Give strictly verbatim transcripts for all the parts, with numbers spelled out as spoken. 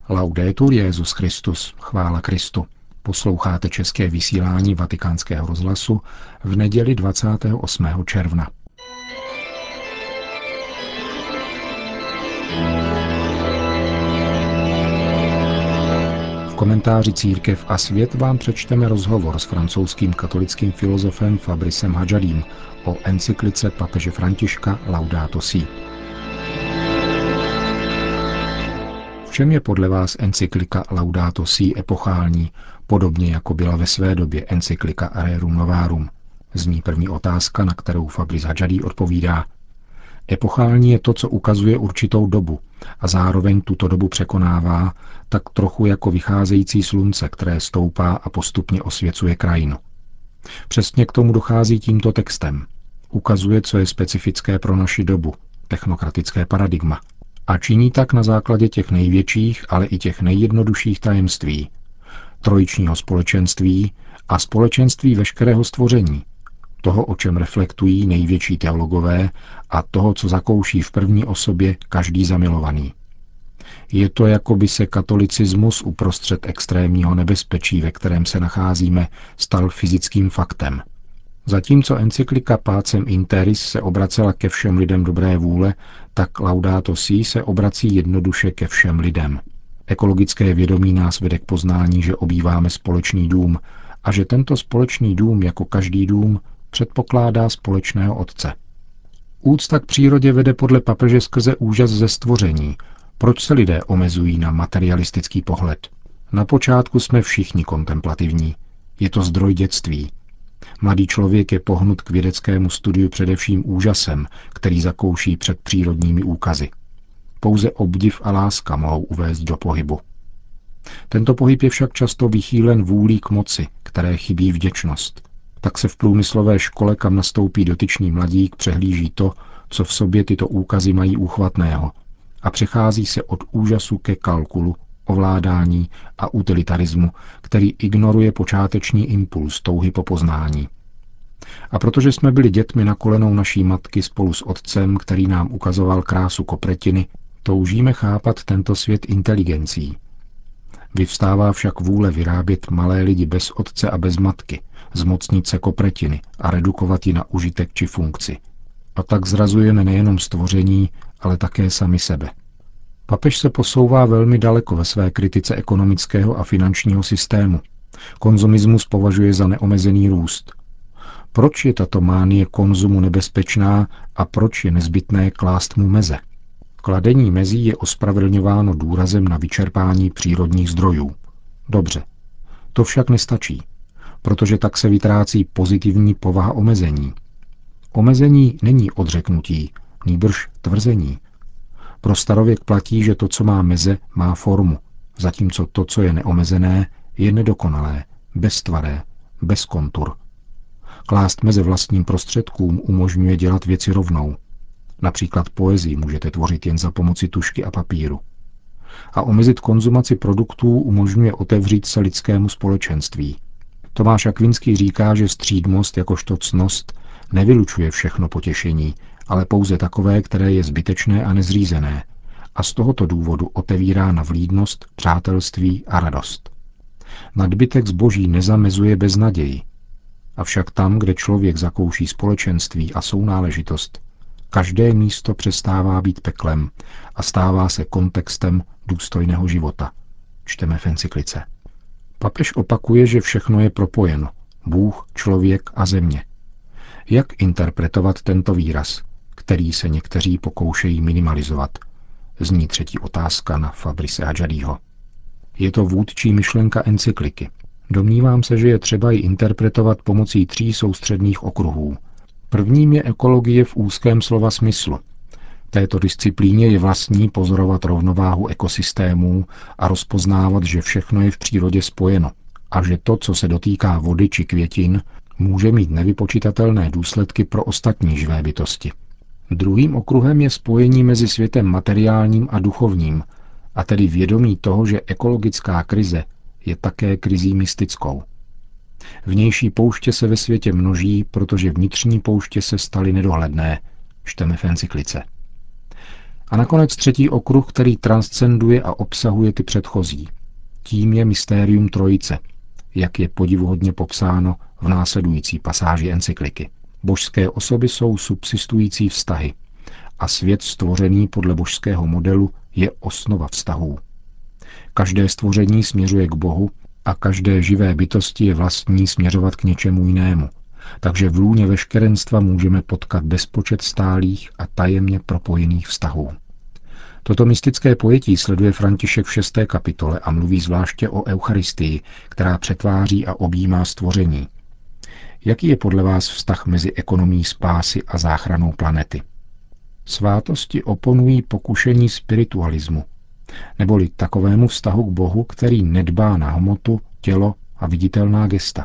Laudetur Jesus Christus, chvála Kristu. Posloucháte české vysílání Vatikánského rozhlasu v neděli dvacátého osmého června. V komentáři Církev a svět vám přečteme rozhovor s francouzským katolickým filozofem Fabrisem Hadžadím o encyklice papeže Františka Laudato Si. V čem je podle vás encyklika Laudato Si epochální, podobně jako byla ve své době encyklika Rerum Novarum? Zní první otázka, na kterou Fabris Hadžadí odpovídá. Epochální je to, co ukazuje určitou dobu a zároveň tuto dobu překonává, tak trochu jako vycházející slunce, které stoupá a postupně osvěcuje krajinu. Přesně k tomu dochází tímto textem. Ukazuje, co je specifické pro naši dobu, technokratické paradigma. A činí tak na základě těch největších, ale i těch nejjednodušších tajemství. Trojičního společenství a společenství veškerého stvoření. Toho, o čem reflektují největší teologové a toho, co zakouší v první osobě každý zamilovaný. Je to, jako by se katolicismus uprostřed extrémního nebezpečí, ve kterém se nacházíme, stal fyzickým faktem. Zatímco encyklika Pacem in Terris se obracela ke všem lidem dobré vůle, tak Laudato Si se obrací jednoduše ke všem lidem. Ekologické vědomí nás vede k poznání, že obýváme společný dům a že tento společný dům, jako každý dům, předpokládá společného otce. Úcta k přírodě vede podle papeže skrze úžas ze stvoření. Proč se lidé omezují na materialistický pohled? Na počátku jsme všichni kontemplativní. Je to zdroj dětství. Mladý člověk je pohnut k vědeckému studiu především úžasem, který zakouší před přírodními úkazy. Pouze obdiv a láska mohou uvést do pohybu. Tento pohyb je však často vychýlen vůlí k moci, které chybí vděčnost. Tak se v průmyslové škole, kam nastoupí dotyčný mladík, přehlíží to, co v sobě tyto úkazy mají úchvatného, a přechází se od úžasu ke kalkulu, ovládání a utilitarismu, který ignoruje počáteční impuls touhy po poznání. A protože jsme byli dětmi na kolenou naší matky spolu s otcem, který nám ukazoval krásu kopretiny, toužíme chápat tento svět inteligencí. Vyvstává však vůle vyrábět malé lidi bez otce a bez matky, zmocnit se kopretiny a redukovat ji na užitek či funkci. A tak zrazujeme nejenom stvoření, ale také sami sebe. Papež se posouvá velmi daleko ve své kritice ekonomického a finančního systému. Konzumismus považuje za neomezený růst. Proč je tato mánie konzumu nebezpečná a proč je nezbytné klást mu meze? Kladení mezí je ospravedlňováno důrazem na vyčerpání přírodních zdrojů. Dobře, to však nestačí, protože tak se vytrácí pozitivní povaha omezení. Omezení není odřeknutí, nýbrž tvrzení. Pro starověk platí, že to, co má meze, má formu, zatímco to, co je neomezené, je nedokonalé, beztvaré, bez kontur. Klást meze vlastním prostředkům umožňuje dělat věci rovnou. Například poezii můžete tvořit jen za pomoci tužky a papíru. A omezit konzumaci produktů umožňuje otevřít se lidskému společenství. Tomáš Akvinský říká, že střídmost jakožto ctnost nevylučuje všechno potěšení, ale pouze takové, které je zbytečné a nezřízené, a z tohoto důvodu otevírá na vlídnost, přátelství a radost. Nadbytek zboží nezamezuje beznaději. Avšak tam, kde člověk zakouší společenství a sounáležitost, každé místo přestává být peklem a stává se kontextem důstojného života. Čteme v encyklice. Papež opakuje, že všechno je propojeno. Bůh, člověk a země. Jak interpretovat tento výraz, který se někteří pokoušejí minimalizovat? Zní třetí otázka na Fabrise Hadžadího. Je to vůdčí myšlenka encykliky. Domnívám se, že je třeba ji interpretovat pomocí tří soustředních okruhů. Prvním je ekologie v úzkém slova smyslu. Této disciplíně je vlastní pozorovat rovnováhu ekosystémů a rozpoznávat, že všechno je v přírodě spojeno a že to, co se dotýká vody či květin, může mít nevypočitatelné důsledky pro ostatní živé bytosti. Druhým okruhem je spojení mezi světem materiálním a duchovním, a tedy vědomí toho, že ekologická krize je také krizí mystickou. Vnější pouště se ve světě množí, protože vnitřní pouště se staly nedohledné, čteme v encyklice. A nakonec třetí okruh, který transcenduje a obsahuje ty předchozí. Tím je mystérium trojice, jak je podivuhodně popsáno v následující pasáži encykliky. Božské osoby jsou subsistující vztahy a svět stvořený podle božského modelu je osnova vztahů. Každé stvoření směřuje k Bohu a každé živé bytosti je vlastní směřovat k něčemu jinému. Takže v lůně veškerenstva můžeme potkat bezpočet stálých a tajemně propojených vztahů. Toto mystické pojetí sleduje František v šesté kapitole a mluví zvláště o Eucharistii, která přetváří a objímá stvoření. Jaký je podle vás vztah mezi ekonomií spásy a záchranou planety? Svátosti oponují pokušení spiritualismu, neboli takovému vztahu k Bohu, který nedbá na hmotu, tělo a viditelná gesta.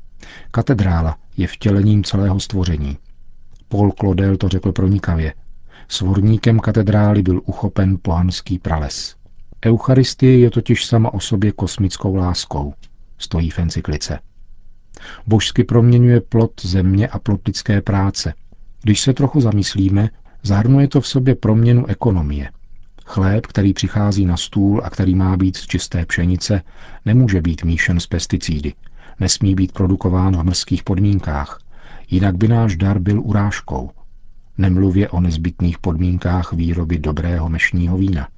Katedrála je vtělením celého stvoření. Paul Claudel to řekl pronikavě. Svorníkem katedrály byl uchopen pohanský prales. Eucharistie je totiž sama o sobě kosmickou láskou, stojí v encyklice. Božsky proměňuje plod země a plod lidské práce. Když se trochu zamyslíme, zahrnuje to v sobě proměnu ekonomie. Chléb, který přichází na stůl a který má být z čisté pšenice, nemůže být míšen s pesticidy, nesmí být produkován v mrzkých podmínkách, jinak by náš dar byl urážkou. Nemluvě o nezbytných podmínkách výroby dobrého mešního vína.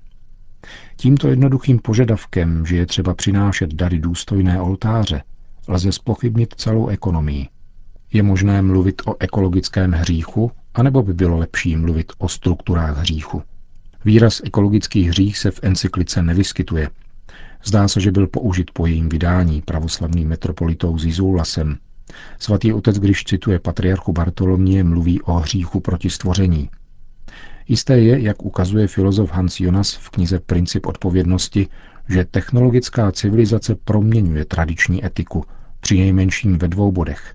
Tímto jednoduchým požadavkem, že je třeba přinášet dary důstojné oltáře, lze zpochybnit celou ekonomii. Je možné mluvit o ekologickém hříchu, anebo by bylo lepší mluvit o strukturách hříchu? Výraz ekologický hřích se v encyklice nevyskytuje. Zdá se, že byl použit po jejím vydání pravoslavným metropolitou Zizoulasem. Svatý otec, když cituje patriarchu Bartoloměje, mluví o hříchu proti stvoření. Jisté je, jak ukazuje filozof Hans Jonas v knize Princip odpovědnosti, že technologická civilizace proměňuje tradiční etiku, přinejmenším ve dvou bodech.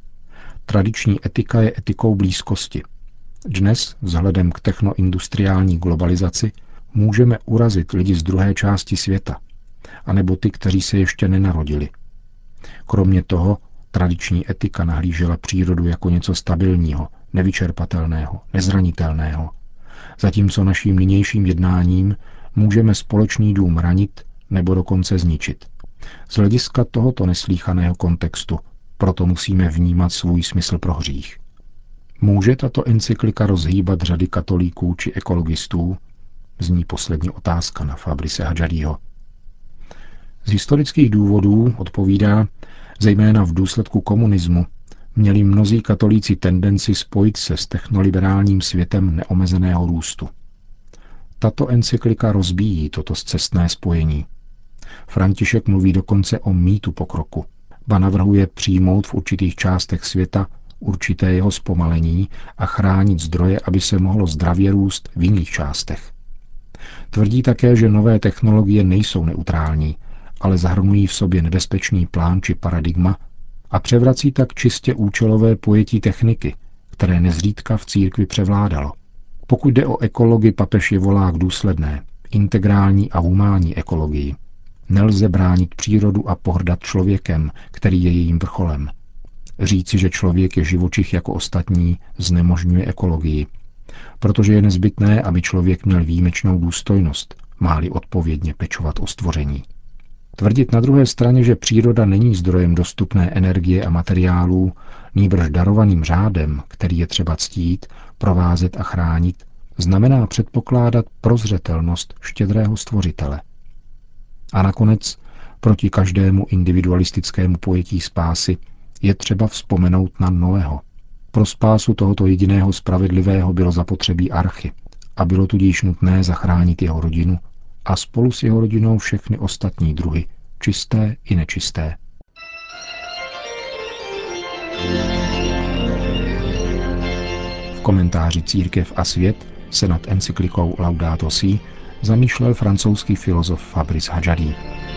Tradiční etika je etikou blízkosti. Dnes, vzhledem k technoindustriální globalizaci, můžeme urazit lidi z druhé části světa, anebo ty, kteří se ještě nenarodili. Kromě toho, tradiční etika nahlížela přírodu jako něco stabilního, nevyčerpatelného, nezranitelného. Zatímco naším nynějším jednáním můžeme společný dům ranit nebo dokonce zničit. Z hlediska tohoto neslýchaného kontextu proto musíme vnímat svůj smysl pro hřích. Může tato encyklika rozhýbat řady katolíků či ekologistů? Zní poslední otázka na Fabrice Hadžadího. Z historických důvodů, odpovídá, zejména v důsledku komunismu, měli mnozí katolíci tendenci spojit se s technoliberálním světem neomezeného růstu. Tato encyklika rozbíjí toto scestné spojení. František mluví dokonce o mýtu pokroku, ba navrhuje přijmout v určitých částech světa určité jeho zpomalení a chránit zdroje, aby se mohlo zdravě růst v jiných částech. Tvrdí také, že nové technologie nejsou neutrální, ale zahrnují v sobě nebezpečný plán či paradigma a převrací tak čistě účelové pojetí techniky, které nezřídka v církvi převládalo. Pokud jde o ekologii, papež je volá k důsledné, integrální a humánní ekologii. Nelze bránit přírodu a pohrdat člověkem, který je jejím vrcholem. Říci, že člověk je živočich jako ostatní, znemožňuje ekologii, protože je nezbytné, aby člověk měl výjimečnou důstojnost, má-li odpovědně pečovat o stvoření. Tvrdit na druhé straně, že příroda není zdrojem dostupné energie a materiálů, nýbrž darovaným řádem, který je třeba ctít, provázet a chránit, znamená předpokládat prozřetelnost štědrého stvořitele. A nakonec, proti každému individualistickému pojetí spásy, je třeba vzpomenout na Noého. Pro spásu tohoto jediného spravedlivého bylo zapotřebí archy a bylo tudíž nutné zachránit jeho rodinu a spolu s jeho rodinou všechny ostatní druhy, čisté i nečisté. V komentáři Církev a svět se nad encyklikou Laudato Si zamýšlel francouzský filozof Fabrice Hadžadí.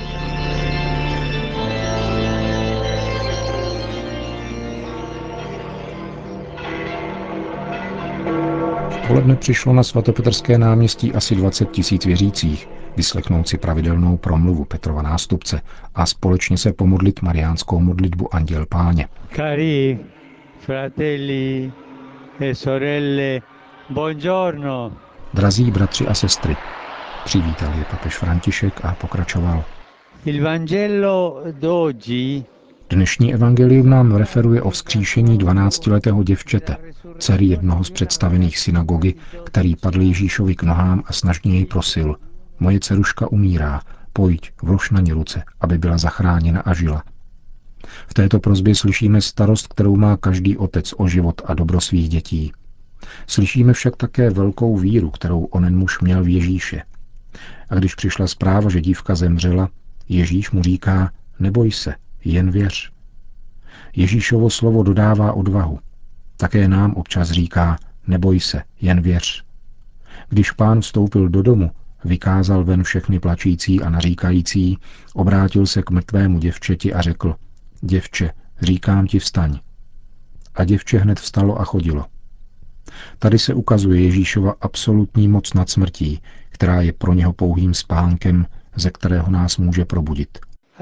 V poledne přišlo na svatopetrské náměstí asi dvacet tisíc věřících vyslechnout si pravidelnou promluvu Petrova nástupce a společně se pomodlit mariánskou modlitbu Anděl Páně. Cari fratelli e sorelle, buongiorno. Drazí bratři a sestry, přivítal je papež František a pokračoval. Dnešní evangelium nám referuje o vzkříšení dvanáctiletého děvčete, dcery jednoho z představených synagogy, který padl Ježíšovi k nohám a snažně jej prosil: moje dceruška umírá, pojď, vlož na ní ruce, aby byla zachráněna a žila. V této prosbě slyšíme starost, kterou má každý otec o život a dobro svých dětí. Slyšíme však také velkou víru, kterou onen muž měl v Ježíše. A když přišla zpráva, že dívka zemřela, Ježíš mu říká: neboj se, jen věř. Ježíšovo slovo dodává odvahu. Také nám občas říká: neboj se, jen věř. Když Pán vstoupil do domu, vykázal ven všechny plačící a naříkající, obrátil se k mrtvému děvčeti a řekl: děvče, říkám ti, vstaň. A děvče hned vstalo a chodilo. Tady se ukazuje Ježíšova absolutní moc nad smrtí, která je pro něho pouhým spánkem, ze kterého nás může probudit.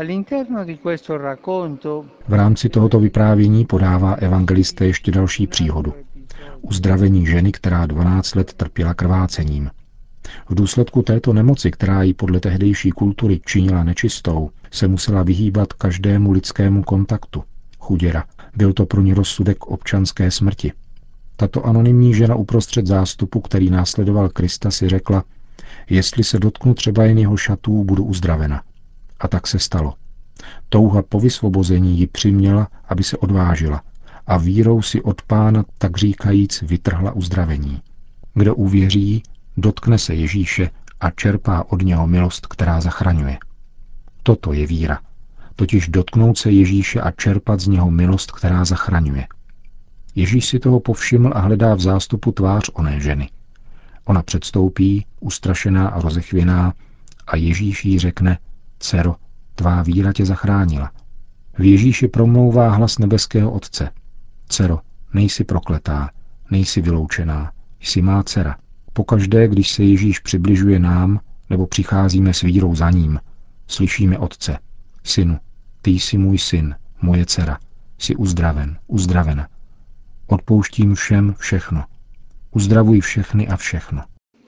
V rámci tohoto vyprávění podává evangelista ještě další příhodu. Uzdravení ženy, která dvanáct let trpěla krvácením. V důsledku této nemoci, která ji podle tehdejší kultury činila nečistou, se musela vyhýbat každému lidskému kontaktu. Chuděra. Byl to pro ní rozsudek občanské smrti. Tato anonymní žena uprostřed zástupu, který následoval Krista, si řekla: jestli se dotknu třeba jen jeho šatů, budu uzdravena. A tak se stalo. Touha po vysvobození ji přiměla, aby se odvážila, a vírou si od Pána, tak říkajíc, vytrhla uzdravení. Kdo uvěří, dotkne se Ježíše a čerpá od něho milost, která zachraňuje. Toto je víra, totiž dotknout se Ježíše a čerpat z něho milost, která zachraňuje. Ježíš si toho povšiml a hledá v zástupu tvář oné ženy. Ona předstoupí, ustrašená a rozechvěná, a Ježíš jí řekne: dcero, tvá víra tě zachránila. V Ježíši promlouvá hlas nebeského Otce: dcero, nejsi prokletá, nejsi vyloučená, jsi má dcera. Pokaždé, když se Ježíš přibližuje nám, nebo přicházíme s vírou za ním, slyšíme Otce: synu, ty jsi můj syn, moje dcera, jsi uzdraven, uzdravena. Odpouštím všem všechno. Uzdravuj všechny a všechno.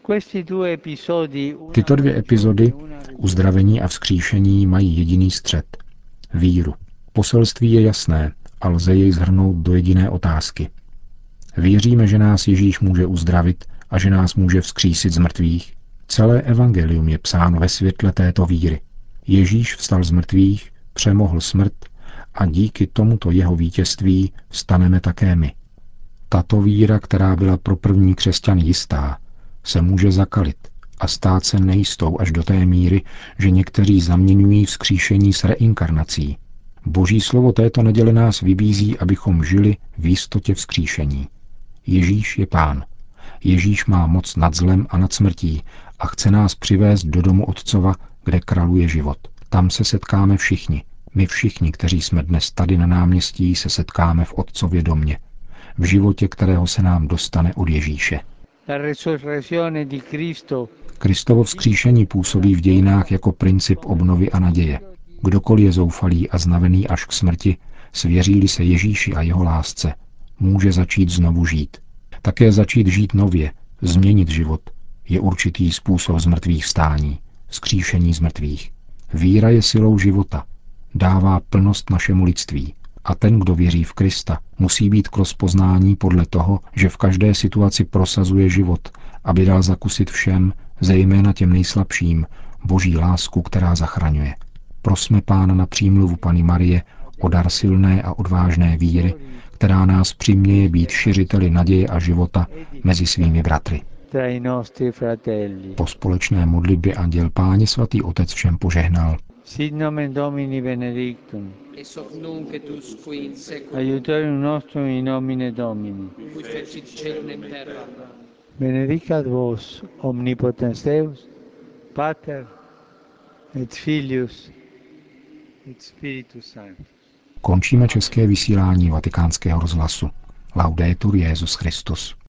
Tyto dvě epizody, uzdravení a vzkříšení, mají jediný střed. Víru. Poselství je jasné a lze jej shrnout do jediné otázky. Věříme, že nás Ježíš může uzdravit a že nás může vzkřísit z mrtvých? Celé evangelium je psáno ve světle této víry. Ježíš vstal z mrtvých, přemohl smrt a díky tomuto jeho vítězství vstaneme také my. Tato víra, která byla pro první křesťany jistá, se může zakalit a stát se nejistou až do té míry, že někteří zaměňují vzkříšení s reinkarnací. Boží slovo této neděle nás vybízí, abychom žili v jistotě vzkříšení. Ježíš je Pán. Ježíš má moc nad zlem a nad smrtí a chce nás přivést do domu Otcova, kde králuje život. Tam se setkáme všichni. My všichni, kteří jsme dnes tady na náměstí, se setkáme v Otcově domě. V životě, kterého se nám dostane od Ježíše. Kristovo vzkříšení působí v dějinách jako princip obnovy a naděje. Kdokoliv je zoufalý a znavený až k smrti, svěří-li se Ježíši a jeho lásce, může začít znovu žít. Také začít žít nově, změnit život, je určitý způsob zmrtvých vstání, vzkříšení z mrtvých. Víra je silou života, dává plnost našemu lidství. A ten, kdo věří v Krista, musí být k rozpoznání podle toho, že v každé situaci prosazuje život, aby dal zakusit všem, zejména těm nejslabším, Boží lásku, která zachraňuje. Prosme Pána na přímluvu Panny Marie o dar silné a odvážné víry, která nás přiměje být šiřiteli naděje a života mezi svými bratry. Po společné modlitbě Anděl Páně svatý Otec všem požehnal. Sit nomen Domini benedictum. Ex hoc nunc et usque in seculum. Aiutorium nostrum in nomine Domini. Qui fecit caelum et terra. Benedicat vos omnipotens Deus, Pater et Filius et Spiritus Sanctus. Končíme české vysílání Vatikánského rozhlasu. Laudetur Jesus Christus.